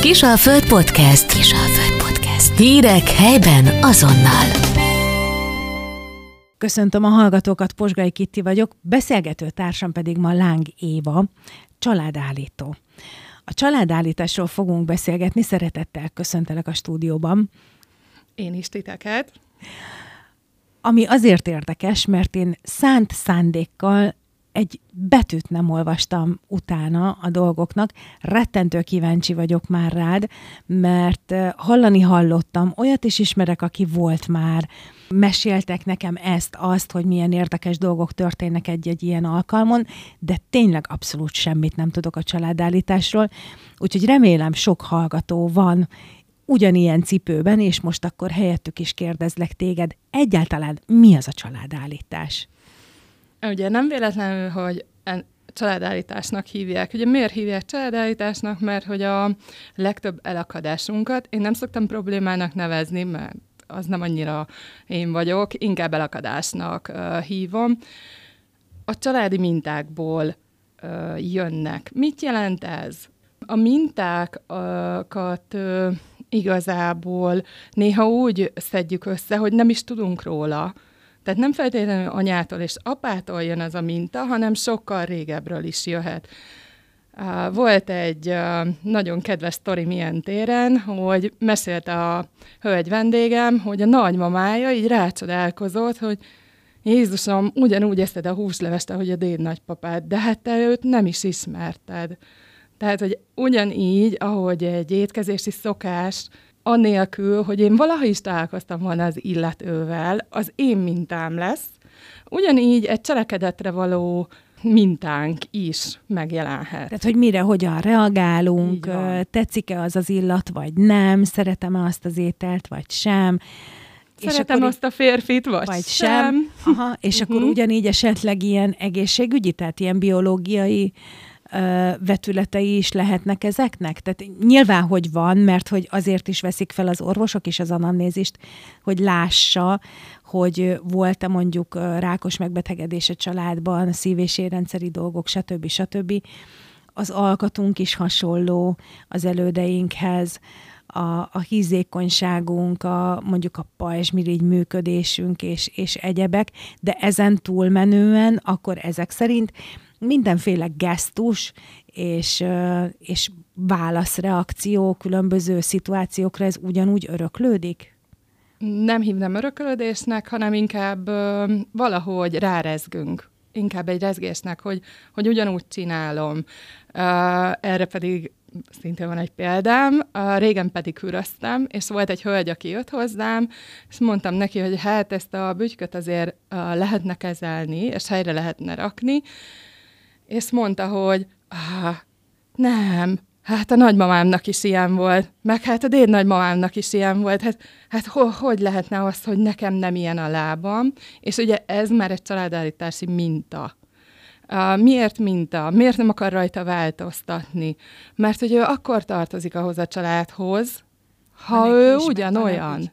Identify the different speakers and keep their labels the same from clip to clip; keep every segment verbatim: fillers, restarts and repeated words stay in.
Speaker 1: Kisalföld Podcast. Kisalföld Podcast. Hírek helyben azonnal.
Speaker 2: Köszöntöm a hallgatókat, Posgai Kitti vagyok, beszélgető társam pedig ma Láng Éva, családállító. A családállításról fogunk beszélgetni, szeretettel köszöntelek a stúdióban.
Speaker 3: Én is titeket.
Speaker 2: Ami azért érdekes, mert én szánt szándékkal egy betűt nem olvastam utána a dolgoknak. Rettentő kíváncsi vagyok már rád, mert hallani hallottam, olyat is ismerek, aki volt már. Meséltek nekem ezt, azt, hogy milyen érdekes dolgok történnek egy-egy ilyen alkalmon, de tényleg abszolút semmit nem tudok a családállításról. Úgyhogy remélem sok hallgató van ugyanilyen cipőben, és most akkor helyettük is kérdezlek téged, egyáltalán mi az a családállítás?
Speaker 3: Ugye nem véletlenül, hogy családállításnak hívják. Ugye miért hívják családállításnak? Mert hogy a legtöbb elakadásunkat én nem szoktam problémának nevezni, mert az nem annyira én vagyok, inkább elakadásnak uh, hívom. A családi mintákból uh, jönnek. Mit jelent ez? A mintákat uh, igazából néha úgy szedjük össze, hogy nem is tudunk róla. Tehát nem feltétlenül anyától és apától jön az a minta, hanem sokkal régebről is jöhet. Volt egy nagyon kedves sztori milyen téren, hogy mesélte a hölgy vendégem, hogy a nagymamája így rácsodálkozott, hogy Jézusom, ugyanúgy eszed a húslevest, ahogy a déd nagypapád, de hát te őt nem is ismerted. Tehát, hogy ugyanígy, ahogy egy étkezési szokás, annélkül, hogy én valaha is találkoztam volna az illetővel, az én mintám lesz, ugyanígy egy cselekedetre való mintánk is megjelenhet.
Speaker 2: Tehát, hogy mire, hogyan reagálunk, tetszik-e az az illat, vagy nem, szeretem-e azt az ételt, vagy sem.
Speaker 3: Szeretem azt a férfit, vagy,
Speaker 2: vagy
Speaker 3: sem.
Speaker 2: sem. Aha, és uh-huh. akkor ugyanígy esetleg ilyen egészségügyi, tehát ilyen biológiai vetületei is lehetnek ezeknek? Tehát nyilván, hogy van, mert hogy azért is veszik fel az orvosok is az anamnézist, hogy lássa, hogy volt-e mondjuk rákos megbetegedés a családban, szív- és érrendszeri dolgok, stb. stb. Az alkatunk is hasonló az elődeinkhez, a, a hízékonyságunk, a, mondjuk a pajzsmirigy működésünk és, és egyebek, de ezen túlmenően akkor ezek szerint mindenféle gesztus és, és válaszreakció különböző szituációkra ez ugyanúgy öröklődik?
Speaker 3: Nem hívnám öröklődésnek, hanem inkább ö, valahogy rárezgünk. Inkább egy rezgésnek, hogy, hogy ugyanúgy csinálom. Uh, erre pedig szintén van egy példám. Uh, régen pedig hűröztem, és volt egy hölgy, aki jött hozzám, és mondtam neki, hogy hát ezt a bütyköt azért uh, lehetne kezelni, és helyre lehetne rakni, és mondta, hogy ah, nem, hát a nagymamámnak is ilyen volt, meg hát a déd nagymamámnak is ilyen volt, hát, hát ho, hogy lehetne az, hogy nekem nem ilyen a lábam, és ugye ez már egy családállítási minta. Uh, miért minta? Miért nem akar rajta változtatni? Mert hogy ő akkor tartozik ahhoz a családhoz, ha van ő ugyanolyan.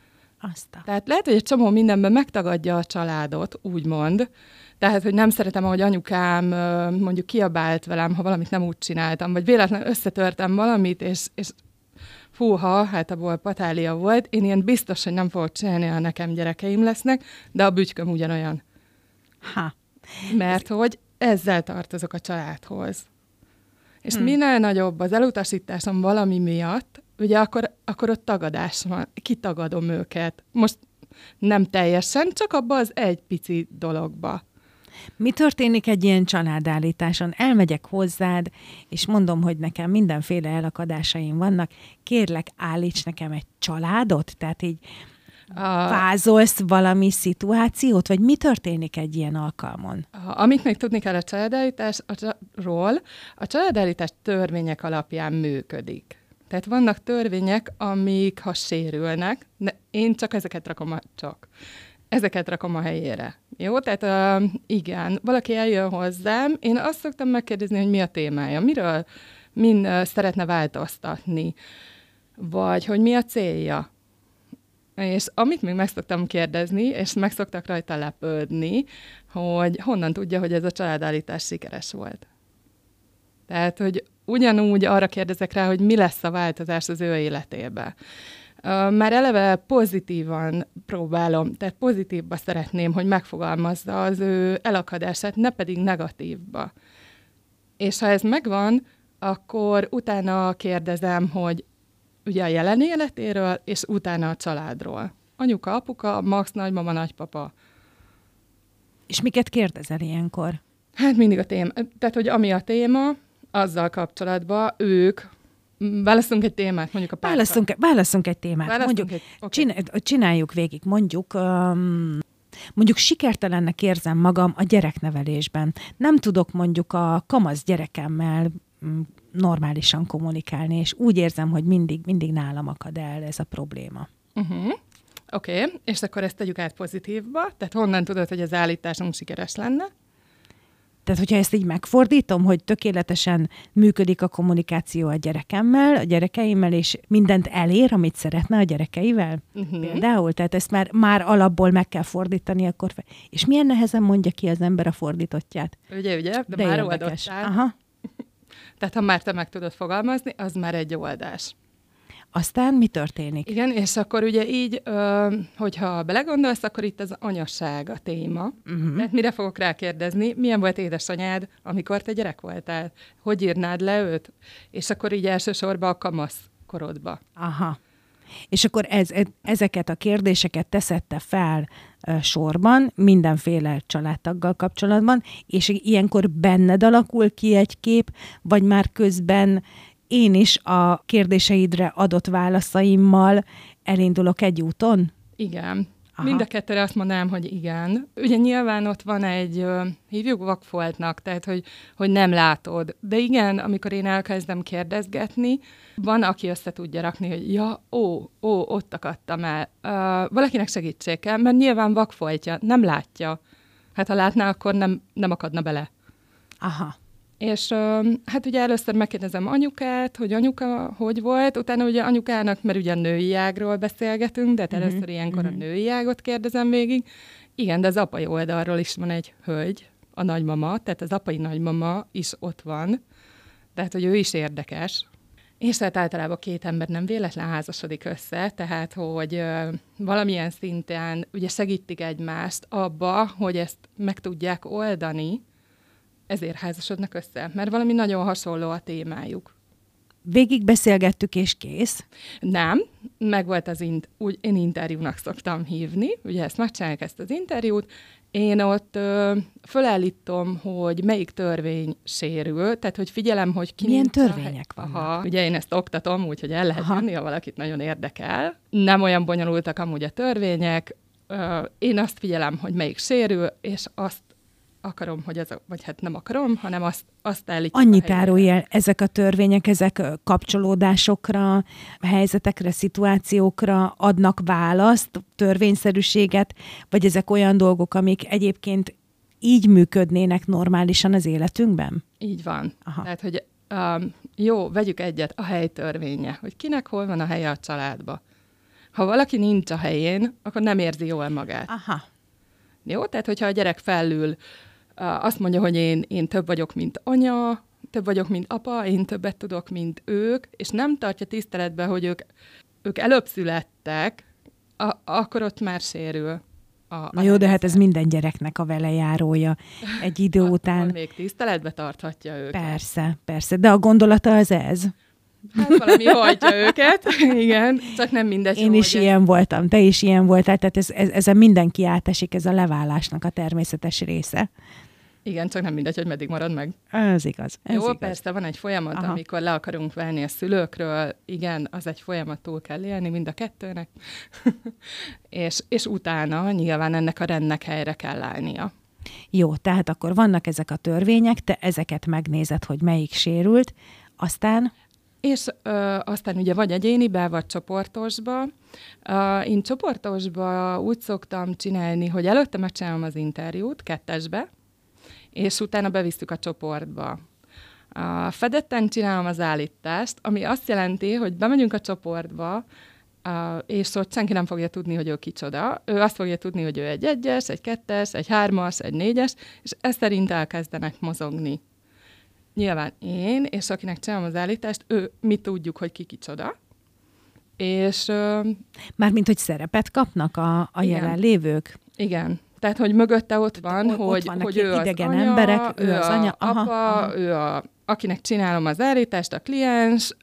Speaker 3: Tehát lehet, hogy egy csomó mindenben megtagadja a családot, úgymond. Tehát, hogy nem szeretem, ahogy anyukám mondjuk kiabált velem, ha valamit nem úgy csináltam, vagy véletlenül összetörtem valamit, és, és fúha, hát abból patália volt. Én ilyen biztos, hogy nem fogok csinálni, ha nekem gyerekeim lesznek, de a bütyköm ugyanolyan.
Speaker 2: Ha.
Speaker 3: Mert hogy ezzel tartozok a családhoz. És hmm. minél nagyobb az elutasításom valami miatt, ugye akkor, akkor ott tagadás van, kitagadom őket. Most nem teljesen, csak abba az egy pici dologba.
Speaker 2: Mi történik egy ilyen családállításon? Elmegyek hozzád, és mondom, hogy nekem mindenféle elakadásaim vannak. Kérlek, állíts nekem egy családot? Tehát így a... vázolsz valami szituációt? Vagy mi történik egy ilyen alkalmon?
Speaker 3: A, amit még tudni kell a családállításról, a családállítás törvények alapján működik. Tehát vannak törvények, amik ha sérülnek, de én csak ezeket rakom a, csak. Ezeket rakom a helyére. Jó? Tehát uh, igen, valaki eljön hozzám, én azt szoktam megkérdezni, hogy mi a témája, miről, min uh, szeretne változtatni, vagy hogy mi a célja. És amit még meg szoktam kérdezni, és meg szoktak rajta lepődni, hogy honnan tudja, hogy ez a családállítás sikeres volt. Tehát, hogy ugyanúgy arra kérdezek rá, hogy mi lesz a változás az ő életébe. Már eleve pozitívan próbálom, tehát pozitívba szeretném, hogy megfogalmazza az ő elakadását, ne pedig negatívba. És ha ez megvan, akkor utána kérdezem, hogy ugye a jelen életéről, és utána a családról. Anyuka, apuka, max, nagymama, nagypapa.
Speaker 2: És miket kérdezel ilyenkor?
Speaker 3: Hát mindig a téma. Tehát, hogy ami a téma, azzal kapcsolatban ők, válaszunk egy témát, mondjuk a pártal.
Speaker 2: Válaszunk, válaszunk egy témát.
Speaker 3: Válaszunk
Speaker 2: mondjuk,
Speaker 3: egy, okay.
Speaker 2: csinál, csináljuk végig, mondjuk... Um, Mondjuk sikertelennek érzem magam a gyereknevelésben. Nem tudok mondjuk a kamasz gyerekemmel normálisan kommunikálni, és úgy érzem, hogy mindig, mindig nálam akad el ez a probléma.
Speaker 3: Uh-huh. Oké, okay. És akkor ezt tegyük át pozitívba. Tehát honnan tudod, hogy az állításunk sikeres lenne?
Speaker 2: Tehát, hogyha ezt így megfordítom, hogy tökéletesen működik a kommunikáció a gyerekemmel, a gyerekeimmel, és mindent elér, amit szeretne a gyerekeivel. Uh-huh. Például, tehát ezt már, már alapból meg kell fordítani, akkor fe... És milyen nehezen mondja ki az ember a fordítottját?
Speaker 3: Ugye, ugye, de,
Speaker 2: de
Speaker 3: már
Speaker 2: érdekes.
Speaker 3: oldottál.
Speaker 2: Aha.
Speaker 3: Tehát, ha már te meg tudod fogalmazni, az már egy oldás.
Speaker 2: Aztán mi történik?
Speaker 3: Igen, és akkor ugye így, ö, hogyha belegondolsz, akkor itt az anyasság a téma. Uh-huh. Tehát mire fogok rákérdezni? Milyen volt édesanyád, amikor te gyerek voltál? Hogy írnád le őt? És akkor így elsősorban a kamasz korodba.
Speaker 2: Aha. És akkor ez, ezeket a kérdéseket teszed te fel uh, sorban, mindenféle családtaggal kapcsolatban, és ilyenkor benned alakul ki egy kép, vagy már közben én is a kérdéseidre adott válaszaimmal elindulok egy úton?
Speaker 3: Igen. Aha. Mind a kettőre azt mondanám, hogy igen. Ugye nyilván ott van egy, hívjuk vakfoltnak, tehát hogy, hogy nem látod. De igen, amikor én elkezdem kérdezgetni, van, aki össze tudja rakni, hogy ja, ó, ó, ott akadtam el. Uh, valakinek segítség kell, mert nyilván vakfoltja, nem látja. Hát ha látná, akkor nem, nem akadna bele.
Speaker 2: Aha.
Speaker 3: És hát ugye először megkérdezem anyukát, hogy anyuka hogy volt, utána ugye anyukának, mert ugye a női ágról beszélgetünk, de hát először uh-huh. ilyenkor uh-huh. a női ágot kérdezem végig. Igen, de az apai oldalról is van egy hölgy, a nagymama, tehát az apai nagymama is ott van, tehát hogy ő is érdekes. És tehát általában két ember nem véletlen házasodik össze, tehát hogy ö, valamilyen szinten ugye segítik egymást abba, hogy ezt meg tudják oldani, ezért házasodnak össze, mert valami nagyon hasonló a témájuk.
Speaker 2: Végig beszélgettük, és kész?
Speaker 3: Nem, meg volt az, int- úgy én interjúnak szoktam hívni, ugye ezt megcsinálják ezt az interjút, én ott ö, fölállítom, hogy melyik törvény sérül, tehát hogy figyelem, hogy ki...
Speaker 2: Milyen törvények
Speaker 3: vannak? Aha, ugye én ezt oktatom, úgyhogy el lehet jönni, ha valakit nagyon érdekel. Nem olyan bonyolultak amúgy a törvények, ö, én azt figyelem, hogy melyik sérül, és azt akarom, hogy ez, a, vagy hát nem akarom, hanem azt, azt állítjuk.
Speaker 2: Annyit árulj el, ezek a törvények, ezek kapcsolódásokra, helyzetekre, szituációkra adnak választ, törvényszerűséget, vagy ezek olyan dolgok, amik egyébként így működnének normálisan az életünkben?
Speaker 3: Így van. Aha. Tehát, hogy um, jó, vegyük egyet, a hely törvénye, hogy kinek hol van a helye a családba. Ha valaki nincs a helyén, akkor nem érzi jól magát.
Speaker 2: Aha.
Speaker 3: Jó, tehát hogyha a gyerek felül azt mondja, hogy én, én több vagyok, mint anya, több vagyok, mint apa, én többet tudok, mint ők, és nem tartja tiszteletbe, hogy ők, ők előbb születtek, a, akkor ott már sérül. A,
Speaker 2: Na jó, de hát ez minden gyereknek a velejárója egy idő után.
Speaker 3: Még tiszteletbe tarthatja őket.
Speaker 2: Persze, persze, de a gondolata az ez.
Speaker 3: Hát valami hagyja őket, igen, csak nem mindegy.
Speaker 2: Én is ilyen ez... voltam, te is ilyen voltál, tehát ez, ez, ezen mindenki átesik, ez a leválásnak a természetes része.
Speaker 3: Igen, csak nem mindegy, hogy meddig marad meg.
Speaker 2: Ez igaz. Ez
Speaker 3: Jó,
Speaker 2: igaz.
Speaker 3: Persze, van egy folyamat,
Speaker 2: Aha.
Speaker 3: amikor le akarunk válni a szülőkről, igen, az egy folyamat, túl kell élni mind a kettőnek, és, és utána nyilván ennek a rendnek helyre kell állnia.
Speaker 2: Jó, tehát akkor vannak ezek a törvények, te ezeket megnézed, hogy melyik sérült, aztán...
Speaker 3: És ö, aztán ugye vagy egyénibe, vagy csoportosba. Ö, én csoportosba úgy szoktam csinálni, hogy előtte megcsinálom az interjút kettesbe, és utána bevisszük a csoportba. A fedetten csinálom az állítást, ami azt jelenti, hogy bemegyünk a csoportba, Uh, és ott senki nem fogja tudni, hogy ő kicsoda. Ő azt fogja tudni, hogy ő egy egyes, egy kettes, egy hármas, egy négyes, és ez szerint elkezdenek mozogni. nyilván én, és akinek csinálom az állítást, ő, mi tudjuk, hogy ki kicsoda. És...
Speaker 2: Mármint, hogy szerepet kapnak a, a jelenlévők?
Speaker 3: Igen. Tehát, hogy mögötte ott van,
Speaker 2: ott,
Speaker 3: hogy,
Speaker 2: ott
Speaker 3: hogy ő
Speaker 2: idegen
Speaker 3: az anya,
Speaker 2: emberek, ő
Speaker 3: ő
Speaker 2: az anya,
Speaker 3: aha, apa,
Speaker 2: aha.
Speaker 3: ő a, akinek csinálom az állítást, a kliens,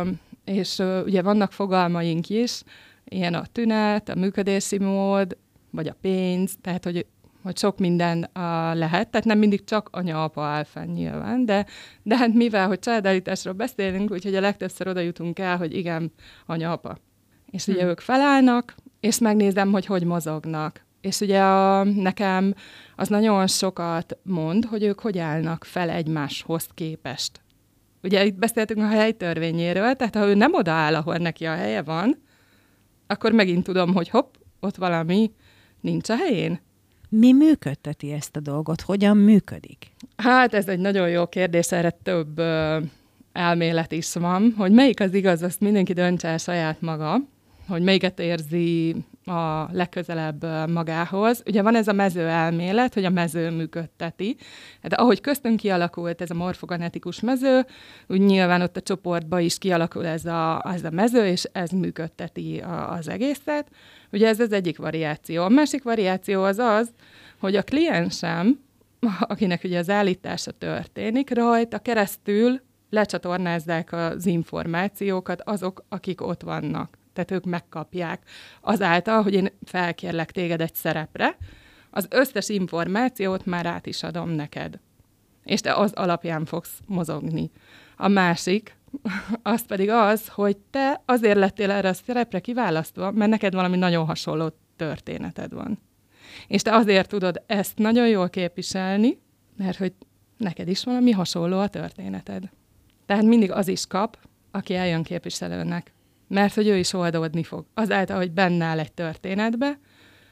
Speaker 3: és ugye vannak fogalmaink is, ilyen a tünet, a működési mód, vagy a pénz, tehát, hogy hogy sok minden uh, lehet, tehát nem mindig csak anya-apa áll fenn nyilván, de, de hát mivel, hogy családállításról beszélünk, úgyhogy a legtöbbször oda jutunk el, hogy igen, anya-apa. És hmm. ugye ők felállnak, és megnézem, hogy hogy mozognak. És ugye a, nekem az nagyon sokat mond, hogy ők hogy állnak fel egymáshoz képest. Ugye itt beszéltünk a helytörvényéről, tehát ha ő nem odaáll, ahol neki a helye van, akkor megint tudom, hogy hopp, ott valami nincs a helyén.
Speaker 2: Mi működteti ezt a dolgot? Hogyan működik?
Speaker 3: Hát ez egy nagyon jó kérdés, erre több ö, elmélet is van, hogy melyik az igaz, azt mindenki döntse el saját maga, hogy melyiket érzi a legközelebb magához. Ugye van ez a mező elmélet, hogy a mező működteti, de ahogy köztünk kialakult ez a morfogenetikus mező, úgy nyilván ott a csoportban is kialakul ez a, ez a mező, és ez működteti a, az egészet. Ugye ez az egyik variáció. A másik variáció az az, hogy a kliensem, akinek ugye az állítása történik, rajta keresztül lecsatornázzák az információkat azok, akik ott vannak. Tehát ők megkapják. Azáltal, hogy én felkérlek téged egy szerepre, az összes információt már át is adom neked. És te az alapján fogsz mozogni. A másik, az pedig az, hogy te azért lettél erre a szerepre kiválasztva, mert neked valami nagyon hasonló történeted van. És te azért tudod ezt nagyon jól képviselni, mert hogy neked is valami hasonló a történeted. Tehát mindig az is kap, aki eljön képviselőnek. Mert hogy ő is oldódni fog. Azáltal, hogy benne áll egy történetbe,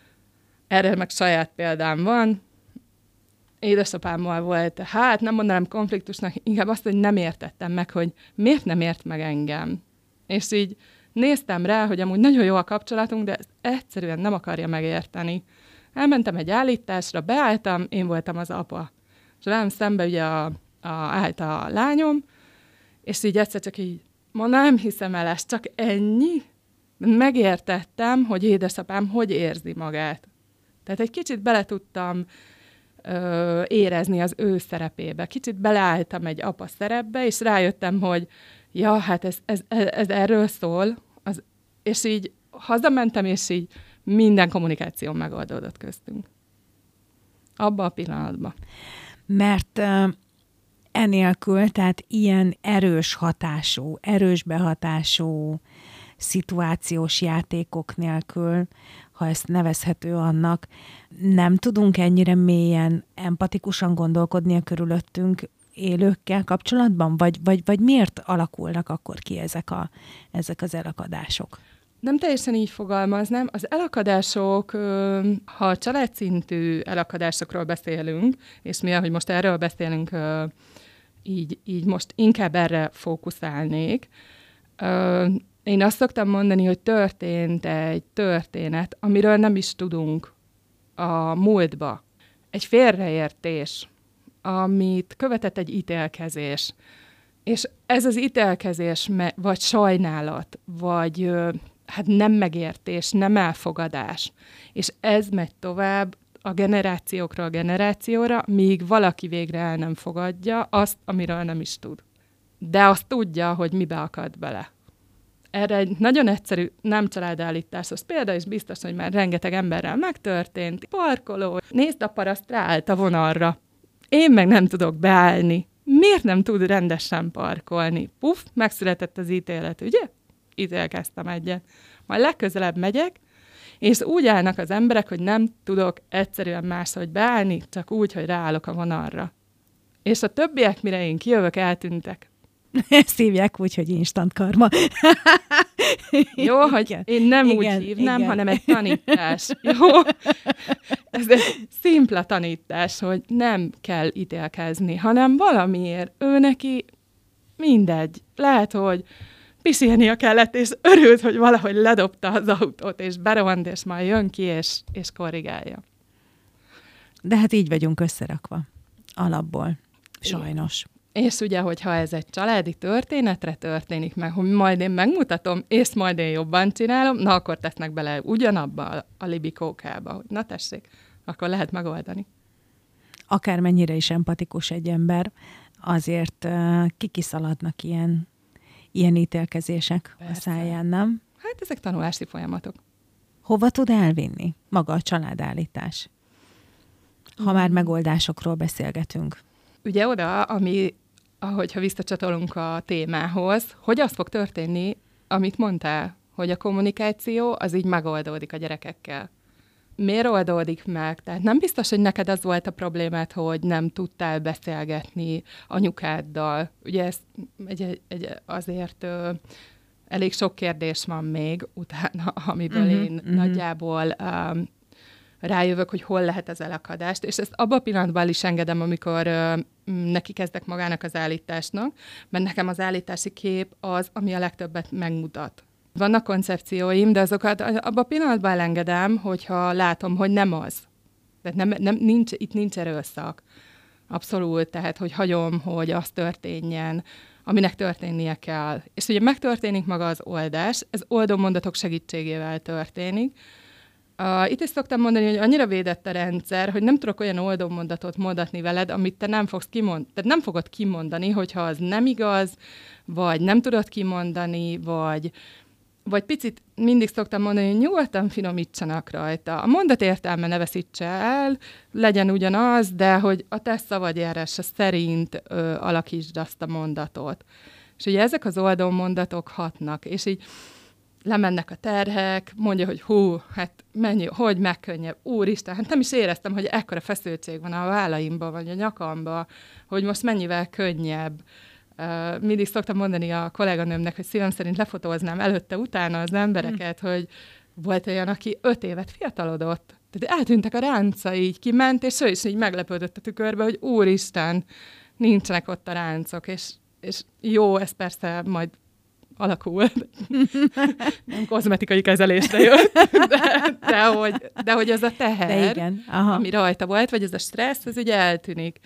Speaker 3: erre meg saját példám van, édesapámmal volt, hát nem mondanám konfliktusnak, inkább azt, hogy nem értettem meg, hogy miért nem ért meg engem. És így néztem rá, hogy amúgy nagyon jó a kapcsolatunk, de ezt egyszerűen nem akarja megérteni. Elmentem egy állításra, beálltam, én voltam az apa. És velem szembe ugye a, a, állt a lányom, és így egyszer csak így, ma nem hiszem el, ez csak ennyi? Megértettem, hogy édesapám hogy érzi magát. Tehát egy kicsit bele tudtam ö, érezni az ő szerepébe. Kicsit beleálltam egy apa szerepbe, és rájöttem, hogy ja, hát ez, ez, ez, ez erről szól. Az, és így hazamentem, és így minden kommunikáció megoldódott köztünk. Abba a pillanatban.
Speaker 2: Mert... Uh... enélkül, tehát ilyen erős hatású, erős behatású szituációs játékok nélkül, ha ezt nevezhető annak, nem tudunk ennyire mélyen, empatikusan gondolkodni a körülöttünk élőkkel kapcsolatban? Vagy, vagy, vagy miért alakulnak akkor ki ezek, a, ezek az elakadások?
Speaker 3: Nem teljesen így fogalmaznám. Az elakadások, ha családszintű elakadásokról beszélünk, és mi, ahogy most erről beszélünk, így, így most inkább erre fókuszálnék. Én azt szoktam mondani, hogy történt egy történet, amiről nem is tudunk a múltba. Egy félreértés, amit követett egy ítélkezés. És ez az ítélkezés, vagy sajnálat, vagy hát nem megértés, nem elfogadás. És ez megy tovább a generációkra a generációra, míg valaki végre el nem fogadja azt, amiről nem is tud. De azt tudja, hogy mibe akad bele. Erre egy nagyon egyszerű, nem családállítás, az példa is biztos, hogy már rengeteg emberrel megtörtént. Parkoló, nézd, a paraszt ráállt a vonalra. Én meg nem tudok beállni. Miért nem tud rendesen parkolni? Puff, megszületett az ítélet, ugye? Ítélkeztem egyet. Majd legközelebb megyek, és úgy állnak az emberek, hogy nem tudok egyszerűen máshogy beállni, csak úgy, hogy ráállok a vonalra. És a többiek, mire én kijövök, eltűntek.
Speaker 2: Ezt hívják úgy, hogy instant karma.
Speaker 3: Jó, hogy igen, én nem igen, úgy hívnám, igen. hanem egy tanítás. Jó? Ez egy szimpla tanítás, hogy nem kell ítélkezni, hanem valamiért ő neki mindegy. Lehet, hogy pisilnia kellett, és örült, hogy valahogy ledobta az autót, és berohant, és majd jön ki, és, és korrigálja.
Speaker 2: De hát így vagyunk összerakva. Alapból. Sajnos.
Speaker 3: És ugye, hogyha ez egy családi történetre történik meg, hogy majd én megmutatom, és majd én jobban csinálom, na akkor tesznek bele ugyanabba a libikókába, hogy na tessék, akkor lehet megoldani.
Speaker 2: Akármennyire is empatikus egy ember, azért uh, kikiszaladnak ilyen, ilyen ítélkezések Persze. a száján, nem?
Speaker 3: Hát ezek tanulási folyamatok.
Speaker 2: Hova tud elvinni maga a családállítás? Ha hmm. már megoldásokról beszélgetünk.
Speaker 3: Ugye oda, ami, ahogyha visszacsatolunk a témához, hogy az fog történni, amit mondtál, hogy a kommunikáció az így megoldódik a gyerekekkel. Miért oldódik meg? Tehát nem biztos, hogy neked az volt a problémát, hogy nem tudtál beszélgetni anyukáddal. Ugye ez egy, egy, egy azért ö, elég sok kérdés van még utána, amiből uh-huh, én uh-huh. nagyjából um, rájövök, hogy hol lehet az elakadást, és ezt abban a pillanatban is engedem, amikor uh, neki kezdek magának az állításnak, mert nekem az állítási kép az, ami a legtöbbet megmutat. Vannak koncepcióim, de azokat abban a pillanatban elengedem, hogyha látom, hogy nem az. Tehát nem, nem, nincs, itt nincs erőszak. Abszolút, tehát hogy hagyom, hogy az történjen, aminek történnie kell. És ugye megtörténik maga az oldás, ez oldó mondatok segítségével történik. Uh, itt is szoktam mondani, hogy annyira védett a rendszer, hogy nem tudok olyan oldó mondatot mondatni veled, amit te nem fogsz kimondani. Tehát nem fogod kimondani, hogyha az nem igaz, vagy nem tudod kimondani, vagy, vagy picit mindig szoktam mondani, hogy nyugodtan finomítsanak rajta. A mondat értelme ne veszítse el, legyen ugyanaz, de hogy a te szavadjárása szerint ö, alakítsd azt a mondatot. És ugye ezek az oldó mondatok hatnak, és így lemennek a terhek, mondja, hogy hú, hát mennyi, hogy megkönnyebb, úristen, hát nem is éreztem, hogy ekkora feszültség van a vállaimban, vagy a nyakamban, hogy most mennyivel könnyebb. Uh, mindig szoktam mondani a kolléganőmnek, hogy szívem szerint lefotóznám előtte-utána az embereket, mm. hogy volt olyan, aki öt évet fiatalodott. Tehát eltűntek a ránca, így kiment, és ő is így meglepődött a tükörbe, hogy úristen, nincsenek ott a ráncok, és, és jó, ez persze majd alakul. Nem kozmetikai kezelésre jött, de, de, hogy, de hogy az a teher, igen, ami rajta volt, vagy ez a stressz, az ugye eltűnik.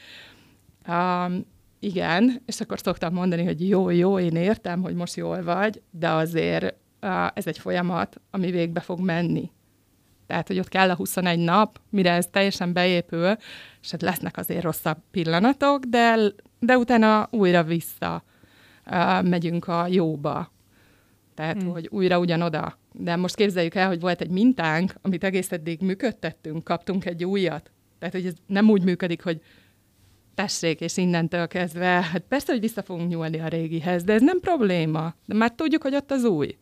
Speaker 3: Um, igen, és akkor szoktam mondani, hogy jó, jó, én értem, hogy most jól vagy, de azért uh, ez egy folyamat, ami végbe fog menni. Tehát, hogy ott kell a huszonegy nap, mire ez teljesen beépül, és hát lesznek azért rosszabb pillanatok, de, de utána újra vissza uh, megyünk a jóba. Tehát, hmm. hogy újra ugyanoda. De most képzeljük el, hogy volt egy mintánk, amit egész eddig működtettünk, kaptunk egy újat. Tehát, hogy ez nem úgy működik, hogy tessék, és innentől kezdve, hát persze, hogy vissza fogunk nyúlni a régihez, de ez nem probléma. De már tudjuk, hogy ott az új.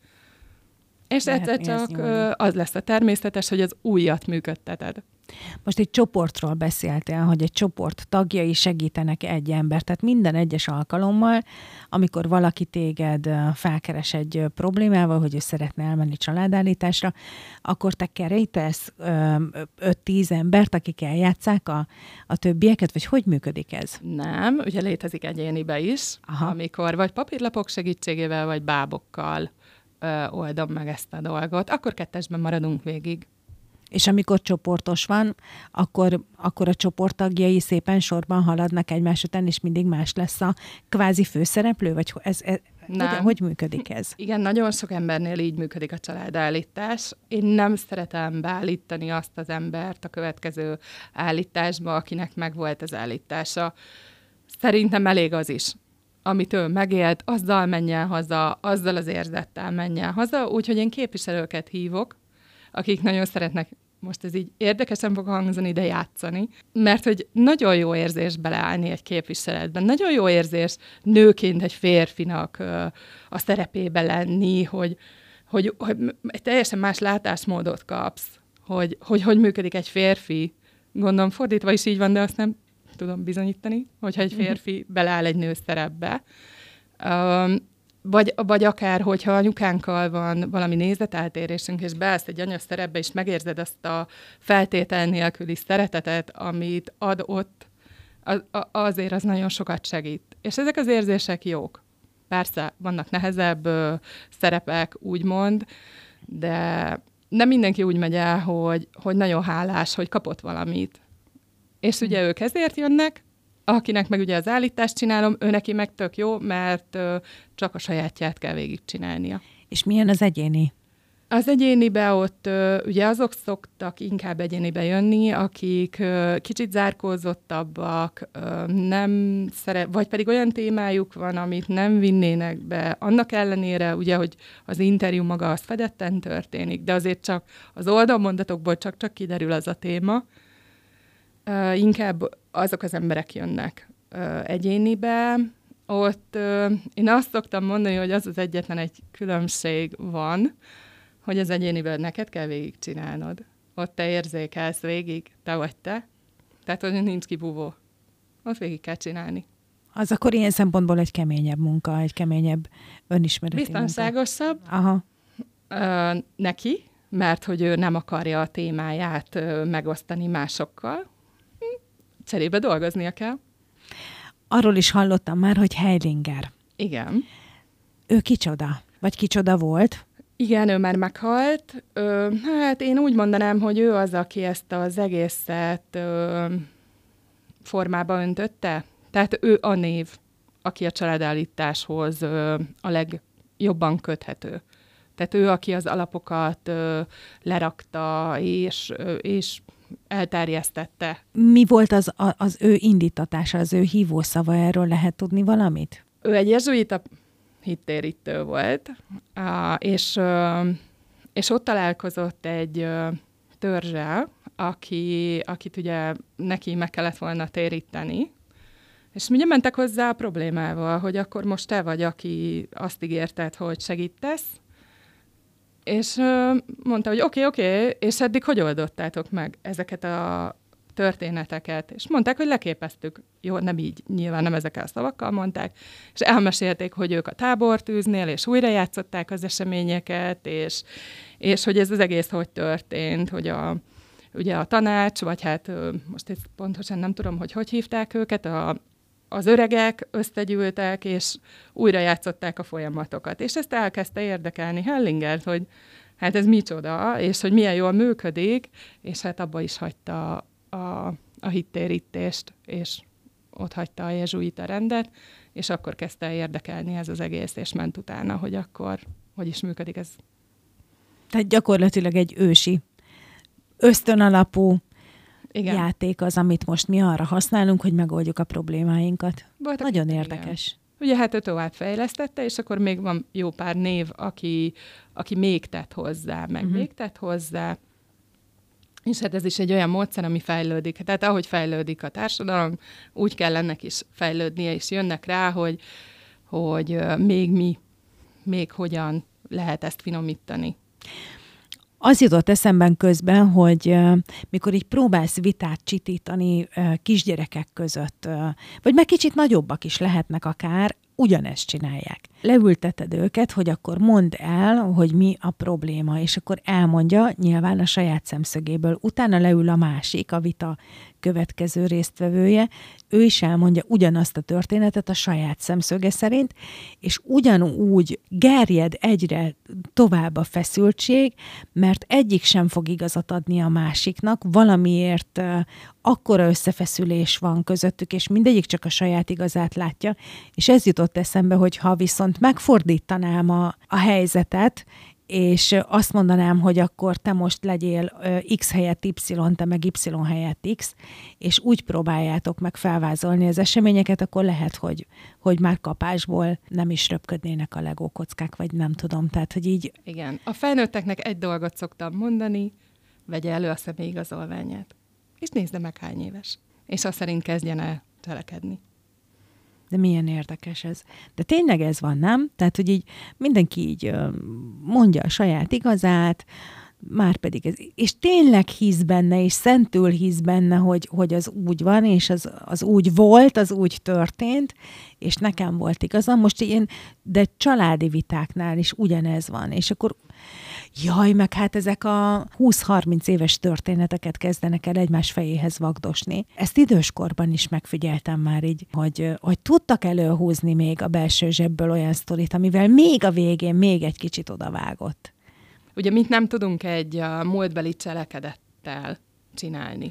Speaker 3: És egyszer csak az lesz a természetes, hogy az újat működteted.
Speaker 2: Most egy csoportról beszéltél, hogy egy csoport tagjai segítenek egy ember. Tehát minden egyes alkalommal, amikor valaki téged felkeres egy problémával, hogy ő szeretne elmenni családállításra, akkor te kerítesz öt-tíz embert, akik eljátsszák a, a többieket, vagy hogy működik ez?
Speaker 3: Nem, ugye létezik egyénibe is, Aha. amikor vagy papírlapok segítségével, vagy bábokkal ö, oldom meg ezt a dolgot. Akkor kettesben maradunk végig.
Speaker 2: És amikor csoportos van, akkor, akkor a csoporttagjai szépen sorban haladnak egymás után, és mindig más lesz a kvázi főszereplő? Vagy ez, ez, hogy, hogy működik ez?
Speaker 3: Igen, nagyon sok embernél így működik a családállítás. Én nem szeretem beállítani azt az embert a következő állításba, akinek megvolt az állítása. Szerintem elég az is, amit ő megélt, azzal menjen haza, azzal az érzettel menjen haza, úgyhogy én képviselőket hívok, akik nagyon szeretnek, most ez így érdekesen fog hangzani, de játszani, mert hogy nagyon jó érzés beleállni egy képviseletben, nagyon jó érzés nőként egy férfinak ö, a szerepébe lenni, hogy, hogy, hogy egy teljesen más látásmódot kapsz, hogy, hogy hogy működik egy férfi. Gondolom fordítva is így van, de azt nem tudom bizonyítani, hogyha egy férfi beleáll egy nő szerepbe. Um, Vagy, vagy akár, hogyha anyukánkkal van valami nézeteltérésünk, és beállsz egy anya szerepbe, és megérzed azt a feltétel nélküli szeretetet, amit ad ott, az, azért az nagyon sokat segít. És ezek az érzések jók. Persze, vannak nehezebb ö, szerepek, úgymond, de nem mindenki úgy megy el, hogy, hogy nagyon hálás, hogy kapott valamit. És ugye ők ezért jönnek, akinek meg ugye az állítást csinálom, ő neki meg tök jó, mert ö, csak a sajátját kell végigcsinálnia.
Speaker 2: És milyen az egyéni?
Speaker 3: Az egyénibe ott ö, ugye azok szoktak inkább egyénibe jönni, akik ö, kicsit zárkózottabbak, ö, nem szeret, vagy pedig olyan témájuk van, amit nem vinnének be. Annak ellenére ugye, hogy az interjú maga az fedetten történik, de azért csak az oldalmondatokból csak-csak kiderül az a téma. Ö, inkább azok az emberek jönnek ö, egyénibe. Ott ö, én azt szoktam mondani, hogy az az egyetlen egy különbség van, hogy az egyéniből neked kell végigcsinálnod. Ott te érzékelsz végig, te vagy te. Tehát, hogy nincs kibúvó. Ott végig kell csinálni.
Speaker 2: Az akkor ilyen szempontból egy keményebb munka, egy keményebb önismereti
Speaker 3: Biztonságosabb
Speaker 2: munka. Aha.
Speaker 3: Ö, neki, mert hogy ő nem akarja a témáját ö, megosztani másokkal. Hm, cserébe dolgoznia kell.
Speaker 2: Arról is hallottam már, hogy Heilinger.
Speaker 3: Igen.
Speaker 2: Ő kicsoda? Vagy kicsoda volt?
Speaker 3: Igen, ő már meghalt. Ö, hát én úgy mondanám, hogy ő az, aki ezt az egészet ö, formába öntötte. Tehát ő a név, aki a családállításhoz ö, a legjobban köthető. Tehát ő, aki az alapokat ö, lerakta, és, ö, és elterjesztette.
Speaker 2: Mi volt az, a, az ő indítatása, az ő hívószava? Erről lehet tudni valamit?
Speaker 3: Ő egy jezsuita hittérítő volt, és, és ott találkozott egy törzsel, aki, akit ugye neki meg kellett volna téríteni, és ugye mentek hozzá a problémával, hogy akkor most te vagy, aki azt ígérted, hogy segítesz, és mondta, hogy oké, okay, oké, okay, és eddig hogy oldottátok meg ezeket a történeteket? És mondták, hogy leképeztük. Jó, nem így, nyilván nem ezekkel a szavakkal mondták, és elmesélték, hogy ők a tábortűznél, és újra játszották az eseményeket, és, és hogy ez az egész hogy történt, hogy a, ugye a tanács, vagy hát most ezt pontosan nem tudom, hogy hogy hívták őket, a, az öregek összegyűltek, és újra játszották a folyamatokat. És ezt elkezdte érdekelni Heilingert, hogy hát ez micsoda, és hogy milyen jól működik, és hát abba is hagyta a, a hittérítést, és ott hagyta a jezsuita rendet, és akkor kezdte el érdekelni ez az egész, és ment utána, hogy akkor hogy is működik ez.
Speaker 2: Tehát gyakorlatilag egy ősi, ösztönalapú
Speaker 3: igen.
Speaker 2: játék az, amit most mi arra használunk, hogy megoldjuk a problémáinkat. Voltak Nagyon érdekes.
Speaker 3: Igen. Ugye hát ő tovább fejlesztette, és akkor még van jó pár név, aki, aki még tett hozzá, meg uh-huh. még tett hozzá. És hát ez is egy olyan módszer, ami fejlődik. Tehát ahogy fejlődik a társadalom, úgy kell ennek is fejlődnie, és jönnek rá, hogy, hogy még mi, még hogyan lehet ezt finomítani.
Speaker 2: Az jutott eszemben közben, hogy uh, mikor így próbálsz vitát csitítani uh, kisgyerekek között, uh, vagy meg kicsit nagyobbak is lehetnek akár, ugyanezt csinálják. Leülteted őket, hogy akkor mondd el, hogy mi a probléma, és akkor elmondja nyilván a saját szemszögéből. Utána leül a másik, a vita következő résztvevője, ő is elmondja ugyanazt a történetet a saját szemszöge szerint, és ugyanúgy gerjed egyre tovább a feszültség, mert egyik sem fog igazat adni a másiknak, valamiért uh, akkora összefeszülés van közöttük, és mindegyik csak a saját igazát látja, és ez jutott eszembe, hogy ha viszont megfordítanám a, a helyzetet, és azt mondanám, hogy akkor te most legyél X helyett Y, te meg Y helyett X, és úgy próbáljátok meg felvázolni az eseményeket, akkor lehet, hogy, hogy már kapásból nem is röpködnének a Lego kockák, vagy nem tudom. Tehát, hogy így...
Speaker 3: Igen. A felnőtteknek egy dolgot szoktam mondani, vegye elő a személyigazolványát, és nézze meg, hány éves. És azt szerint kezdjen el cselekedni.
Speaker 2: De milyen érdekes ez. De tényleg ez van, nem? Tehát, hogy így mindenki így mondja a saját igazát, már pedig ez, és tényleg hisz benne, és szentül hisz benne, hogy, hogy az úgy van, és az, az úgy volt, az úgy történt, és nekem volt igazam. Most ilyen, de családi vitáknál is ugyanez van, és akkor jaj, meg hát ezek a húsz-harminc éves történeteket kezdenek el egymás fejéhez vagdosni. Ezt időskorban is megfigyeltem már így, hogy, hogy tudtak előhúzni még a belső zsebből olyan sztorit, amivel még a végén még egy kicsit odavágott.
Speaker 3: Ugye mit nem tudunk egy uh, múltbeli cselekedettel csinálni?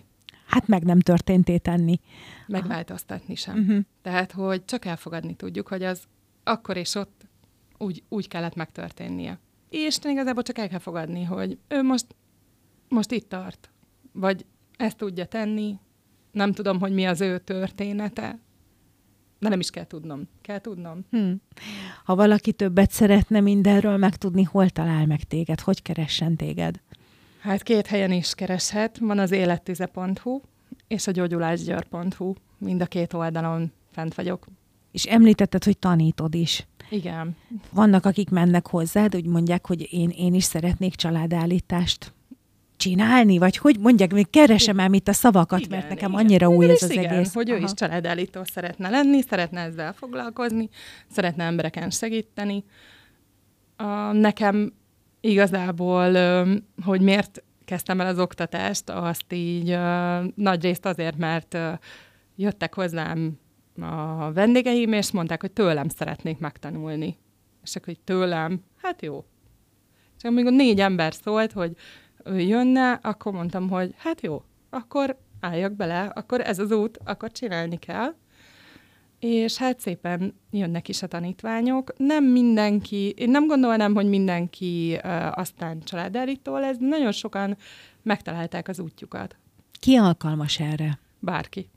Speaker 2: hát meg nem történté tenni.
Speaker 3: Megváltoztatni sem.
Speaker 2: Uh-huh.
Speaker 3: Tehát, hogy csak elfogadni tudjuk, hogy az akkor és ott úgy, úgy kellett megtörténnie. És igazából csak el kell fogadni, hogy ő most, most itt tart, vagy ezt tudja tenni, nem tudom, hogy mi az ő története, de nem is kell tudnom. Kell tudnom.
Speaker 2: Hmm. Ha valaki többet szeretne mindenről megtudni, hol talál meg téged? Hogy keressen téged?
Speaker 3: Hát két helyen is kereshet. Van az élettüze pont hu és a gyógyulásgyőr pont hu. Mind a két oldalon fent vagyok.
Speaker 2: És említetted, hogy tanítod is.
Speaker 3: Igen.
Speaker 2: Vannak, akik mennek hozzád, úgy mondják, hogy én, én is szeretnék családállítást csinálni, vagy hogy mondják, még keresem el itt a szavakat, igen, mert nekem igen. annyira új ez az
Speaker 3: igen,
Speaker 2: egész.
Speaker 3: Hogy
Speaker 2: Aha.
Speaker 3: ő is családállító szeretne lenni, szeretne ezzel foglalkozni, szeretne embereken segíteni. Uh, nekem igazából, uh, hogy miért kezdtem el az oktatást, azt így uh, nagy részt azért, mert uh, jöttek hozzám a vendégeim, és mondták, hogy tőlem szeretnék megtanulni. És akkor, hogy tőlem, hát jó. És amikor négy ember szólt, hogy ő jönne, akkor mondtam, hogy hát jó, akkor álljak bele, akkor ez az út, akkor csinálni kell. És hát szépen jönnek is a tanítványok. Nem mindenki, én nem gondolnám, hogy mindenki uh, aztán családállító lesz, de nagyon sokan megtalálták az útjukat.
Speaker 2: Ki alkalmas erre?
Speaker 3: Bárki.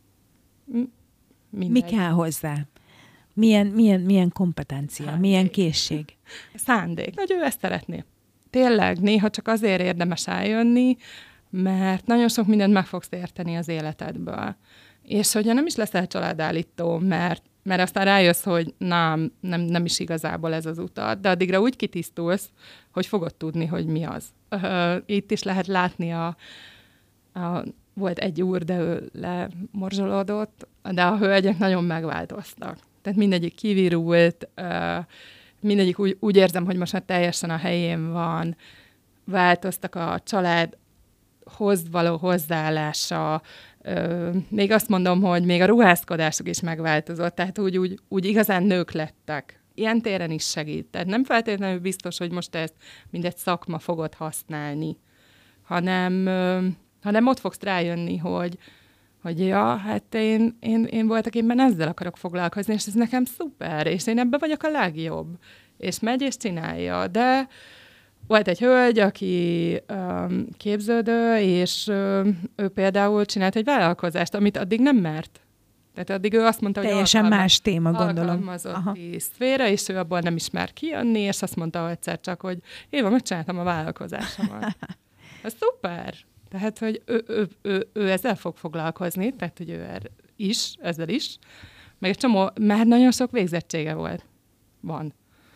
Speaker 2: Mindegy. Mi kell hozzá? Milyen, milyen, milyen kompetencia, Szándék. Milyen készség?
Speaker 3: Szándék. Hogy ő ezt szeretné. Tényleg, néha csak azért érdemes eljönni, mert nagyon sok mindent meg fogsz érteni az életedből. És hogyha nem is leszel családállító, mert, mert aztán rájössz, hogy nem, nem, nem is igazából ez az utat, de addigra úgy kitisztulsz, hogy fogod tudni, hogy mi az. Uh, itt is lehet látni a, a volt egy úr, de ő lemorzsolódott, de a hölgyek nagyon megváltoztak. Tehát mindegyik kivirult, uh, mindegyik úgy, úgy érzem, hogy most már teljesen a helyén van, változtak a családhoz való hozzáállása, uh, még azt mondom, hogy még a ruházkodásuk is megváltozott, tehát úgy, úgy, úgy igazán nők lettek. Ilyen téren is segít. Tehát nem feltétlenül biztos, hogy most ezt mindegy szakma fogod használni, hanem... Uh, hanem ott fogsz rájönni, hogy, hogy ja, hát én, én, én voltak éppen ezzel akarok foglalkozni, és ez nekem szuper, és én ebben vagyok a legjobb. És megy és csinálja. De volt egy hölgy, aki um, képződő, és um, ő például csinált egy vállalkozást, amit addig nem mert. Tehát addig ő azt mondta, hogy
Speaker 2: teljesen alkalmaz, más téma, gondolom.
Speaker 3: Alkalmazotti szféra, és ő abból nem is mer kijönni, és azt mondta egyszer csak, hogy Éva, megcsináltam a vállalkozásomat. Ez szuper! Tehát, hogy ő, ő, ő, ő ezzel fog foglalkozni, tehát, hogy ő er, is, ezzel is, meg egy csomó, már nagyon sok végzettsége volt. Van.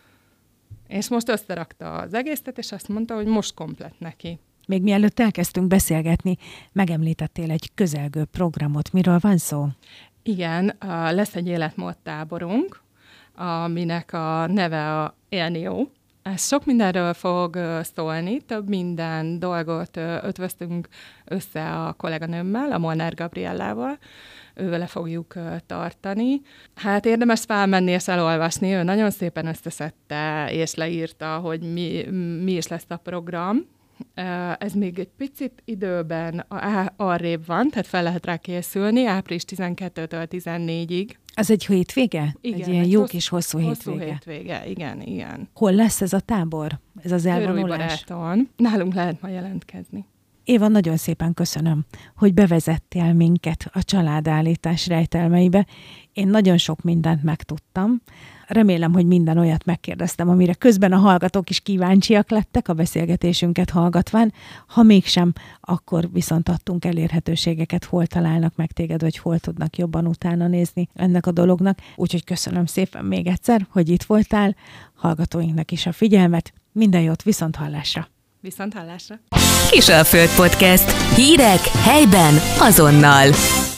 Speaker 3: És most összerakta az egészet, és azt mondta, hogy most komplett neki.
Speaker 2: Még mielőtt elkezdtünk beszélgetni, megemlítettél egy közelgő programot. Miről van szó?
Speaker 3: Igen, lesz egy életmód táborunk, aminek a neve a Élni jó. Ez sok mindenről fog szólni, több minden dolgot ötvöztünk össze a kolléganőmmel, a Molnár Gabriellával, ővele fogjuk tartani. Hát érdemes felmenni és elolvasni, ő nagyon szépen összeszedte és leírta, hogy mi, mi is lesz a program. Ez még egy picit időben arrébb van, tehát fel lehet rá készülni, április tizenkettőtől tizennégyig.
Speaker 2: Az egy hétvége?
Speaker 3: Igen,
Speaker 2: egy ilyen jó
Speaker 3: hossz,
Speaker 2: kis hosszú,
Speaker 3: hosszú
Speaker 2: hétvége.
Speaker 3: hétvége. Igen, igen.
Speaker 2: Hol lesz ez a tábor? Ez az elvonulás?
Speaker 3: Körújbaráton. Nálunk lehet ma jelentkezni.
Speaker 2: Éva, nagyon szépen köszönöm, hogy bevezettél minket a családállítás rejtelmeibe. Én nagyon sok mindent megtudtam. Remélem, hogy minden olyat megkérdeztem, amire közben a hallgatók is kíváncsiak lettek a beszélgetésünket hallgatván. Ha mégsem, akkor viszont adtunk elérhetőségeket, hol találnak meg téged, vagy hol tudnak jobban utána nézni ennek a dolognak. Úgyhogy köszönöm szépen még egyszer, hogy itt voltál, hallgatóinknak is a figyelmet. Minden jót, viszont hallásra!
Speaker 3: Viszont hallásra!
Speaker 1: Kisalföld Podcast. Hírek helyben azonnal.